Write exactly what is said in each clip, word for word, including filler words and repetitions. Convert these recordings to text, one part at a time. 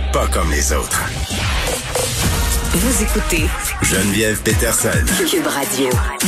pas comme les autres. Vous écoutez Geneviève Peterson. Cube Radio.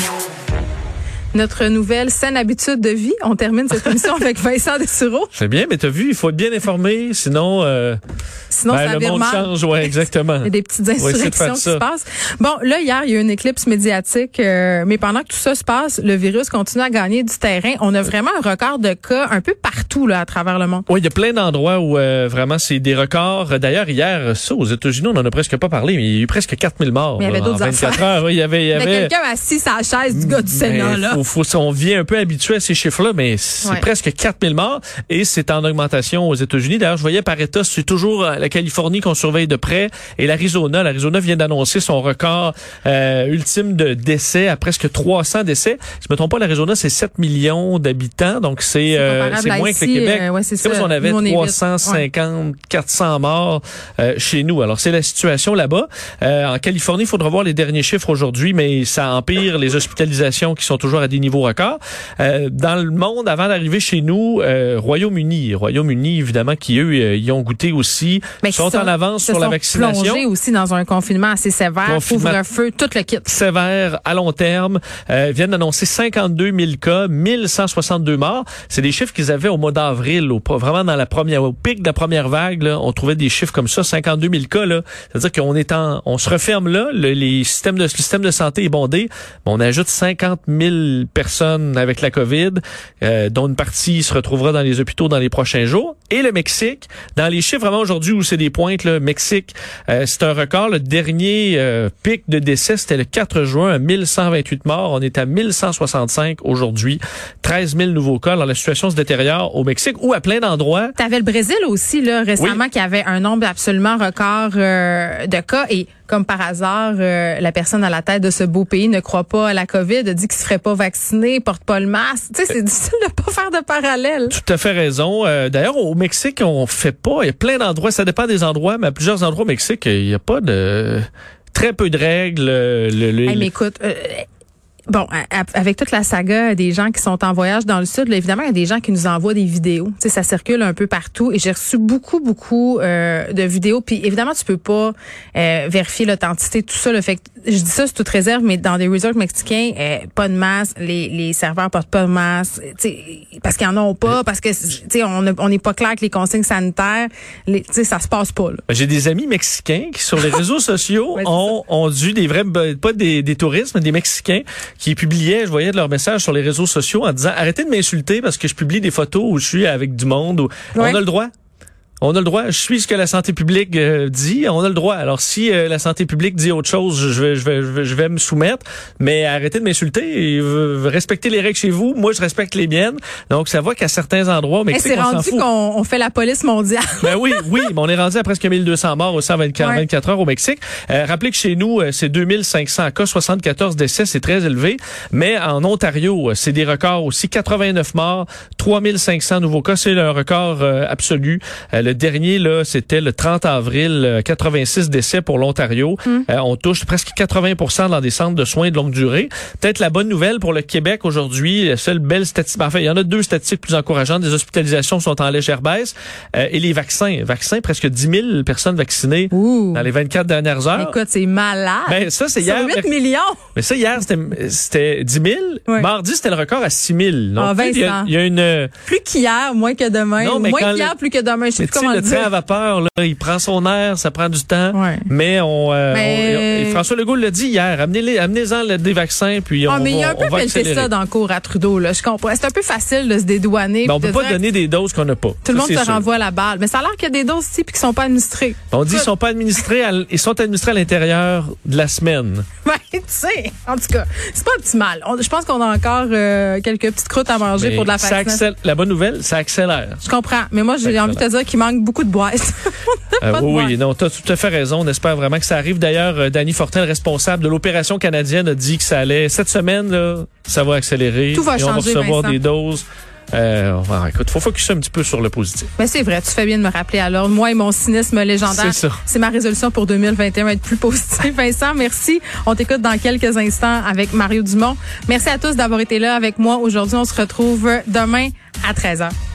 Notre nouvelle saine habitude de vie. On termine cette émission avec Vincent Dessureau. C'est bien, mais t'as vu, il faut être bien informé, sinon, euh, sinon ben, ça le vire monde mal. change. Ouais, exactement. Il y a des petites insurrections qui se passent. Bon, là, hier, il y a eu une éclipse médiatique, euh, mais pendant que tout ça se passe, le virus continue à gagner du terrain. On a vraiment un record de cas un peu partout là à travers le monde. Oui, il y a plein d'endroits où euh, vraiment c'est des records. D'ailleurs, hier, ça, aux États-Unis, on en a presque pas parlé, mais il y a eu presque quatre mille morts. Mais il y avait là, d'autres en vingt-quatre affaires. heures. Oui, il y avait, il y avait... Mais quelqu'un assis sur la chaise du gars du Sénat, là. Faut, faut, on vient un peu habitué à ces chiffres-là, mais c'est ouais. presque quatre mille morts et c'est en augmentation aux États-Unis. D'ailleurs, je voyais par État, c'est toujours la Californie qu'on surveille de près et l'Arizona. L'Arizona vient d'annoncer son record euh, ultime de décès à presque trois cents décès. Si je me trompe pas, l'Arizona, c'est sept millions d'habitants, donc c'est, euh, c'est moins que le Québec. Euh, ouais, c'est c'est comme ça. si on avait nous, on trois cent cinquante, quatre cents morts euh, chez nous. Alors, c'est la situation là-bas. Euh, en Californie, il faudra voir les derniers chiffres aujourd'hui, mais ça empire les hospitalisations qui sont toujours à des niveaux records. Euh, dans le monde, avant d'arriver chez nous, euh, Royaume-Uni, Royaume-Uni, évidemment, qui eux, euh, y ont goûté aussi, mais sont, sont en avance sur la vaccination. Plongés aussi dans un confinement assez sévère, couvre-feu, tout le kit. Sévère, à long terme, euh, viennent d'annoncer cinquante-deux mille cas, mille cent soixante-deux morts. C'est des chiffres qu'ils avaient au mois d'avril, au, vraiment dans la première, au pic de la première vague, là, on trouvait des chiffres comme ça, cinquante-deux mille cas, là. C'est-à-dire qu'on est en, on se referme là, le, les systèmes de, le système de santé est bondé, mais on ajoute cinquante mille personnes avec la COVID, euh, dont une partie se retrouvera dans les hôpitaux dans les prochains jours. Et le Mexique, dans les chiffres vraiment aujourd'hui où c'est des pointes, le Mexique, euh, c'est un record. Le dernier euh, pic de décès, c'était le quatre juin à mille cent vingt-huit morts. On est à mille cent soixante-cinq aujourd'hui. treize mille nouveaux cas. Alors la situation se détériore au Mexique ou à plein d'endroits. T'avais le Brésil aussi, là, récemment, oui. qui avait un nombre absolument record euh, de cas. Et comme par hasard, euh, la personne à la tête de ce beau pays ne croit pas à la COVID, a dit qu'il se ferait pas vacciner, porte pas le masque. Tu sais, c'est difficile de pas faire de parallèle. Tout à fait raison. Euh, d'ailleurs, au Mexique, on fait pas. Il y a plein d'endroits. Ça dépend des endroits, mais à plusieurs endroits au Mexique, il y a pas de très peu de règles. Le, le, hey, mais écoute. Euh, Bon, avec toute la saga des gens qui sont en voyage dans le sud, là, évidemment, il y a des gens qui nous envoient des vidéos. Tu sais, ça circule un peu partout et j'ai reçu beaucoup, beaucoup euh, de vidéos. Puis évidemment, tu peux pas euh, vérifier l'authenticité de tout ça. Là. Fait que je dis ça sous toute réserve, mais dans des resorts mexicains, euh, pas de masque, les, les serveurs portent pas de masque, tu sais, parce qu'ils en ont pas, parce que tu sais, on on n'est pas clair avec les consignes sanitaires. Tu sais, ça se passe pas. Là. J'ai des amis mexicains qui sur les réseaux sociaux ouais, ont ont dû des vrais, pas des, des touristes, mais des Mexicains qui publiaient, je voyais de leurs messages sur les réseaux sociaux en disant arrêtez de m'insulter parce que je publie des photos où je suis avec du monde. Où ouais. On a le droit. On a le droit. Je suis ce que la santé publique euh, dit. On a le droit. Alors, si euh, la santé publique dit autre chose, je vais, je vais, je vais, je vais me soumettre. Mais arrêtez de m'insulter et euh, respectez les règles chez vous. Moi, je respecte les miennes. Donc, ça voit qu'à certains endroits, mais c'est rendu qu'on on fait la police mondiale. Ben oui, oui. Mais on est rendu à presque mille deux cents morts au cent vingt-quatre, ouais. vingt-quatre heures au Mexique. Euh, rappelez que chez nous, c'est deux mille cinq cents cas, soixante-quatorze décès, c'est très élevé. Mais en Ontario, c'est des records aussi. quatre-vingt-neuf morts, trois mille cinq cents nouveaux cas. C'est un record euh, absolu. Euh, le dernier, là, c'était le trente avril, quatre-vingt-six décès pour l'Ontario. Mm. Euh, on touche presque quatre-vingts pour cent dans des centres de soins de longue durée. Peut-être la bonne nouvelle pour le Québec aujourd'hui, la seule belle statistique, enfin, il y en a deux statistiques plus encourageantes. Les hospitalisations sont en légère baisse. Euh, et les vaccins, vaccins, presque dix mille personnes vaccinées Ouh. Dans les vingt-quatre dernières heures. Écoute, c'est malade. Ben, ça, c'est hier. huit millions. Mais ça, hier, c'était, c'était dix mille. Ouais. Mardi, c'était le record à six mille. Donc, ah, il y a, il y a une... Plus qu'hier, moins que demain. Non, mais moins qu'hier, le... plus que demain. Je sais plus comment le dire. À vapeur, là, il prend son air, ça prend du temps. Ouais. Mais on, euh, mais... on et François Legault l'a dit hier, amenez-les, amenez-en le, des vaccins, puis on, ah, mais il y a un on, peu pelleté ça dans le cours à Trudeau, là. Je comprends. C'est un peu facile de se dédouaner. Ben, on peut pas donner des doses qu'on n'a pas. Tout le monde se renvoie la balle. Mais ça a l'air qu'il y a des doses ici puis qui sont pas administrées. On dit qu'ils sont pas administrés, à, ils sont administrés à l'intérieur de la semaine. Ouais, tu sais. En tout cas, c'est pas optimal. On, je pense qu'on a encore euh, quelques petites croûtes à manger mais pour de la vaccination. La bonne nouvelle, ça accélère. Je comprends. Mais moi, j'ai envie de te dire qu'il manque beaucoup de boîtes. Euh, oui, oui, non, tu as tout à fait raison. On espère vraiment que ça arrive. D'ailleurs, euh, Danny Fortin, le responsable de l'opération canadienne, a dit que ça allait, cette semaine, là, ça va accélérer. Tout va et changer, on va recevoir Vincent. des doses. Euh, enfin, écoute, faut focuser un petit peu sur le positif. Mais c'est vrai, tu fais bien de me rappeler alors. Moi et mon cynisme légendaire. C'est ça. C'est ma résolution pour deux mille vingt et un, être plus positif. Vincent, merci. On t'écoute dans quelques instants avec Mario Dumont. Merci à tous d'avoir été là avec moi aujourd'hui. On se retrouve demain à treize heures.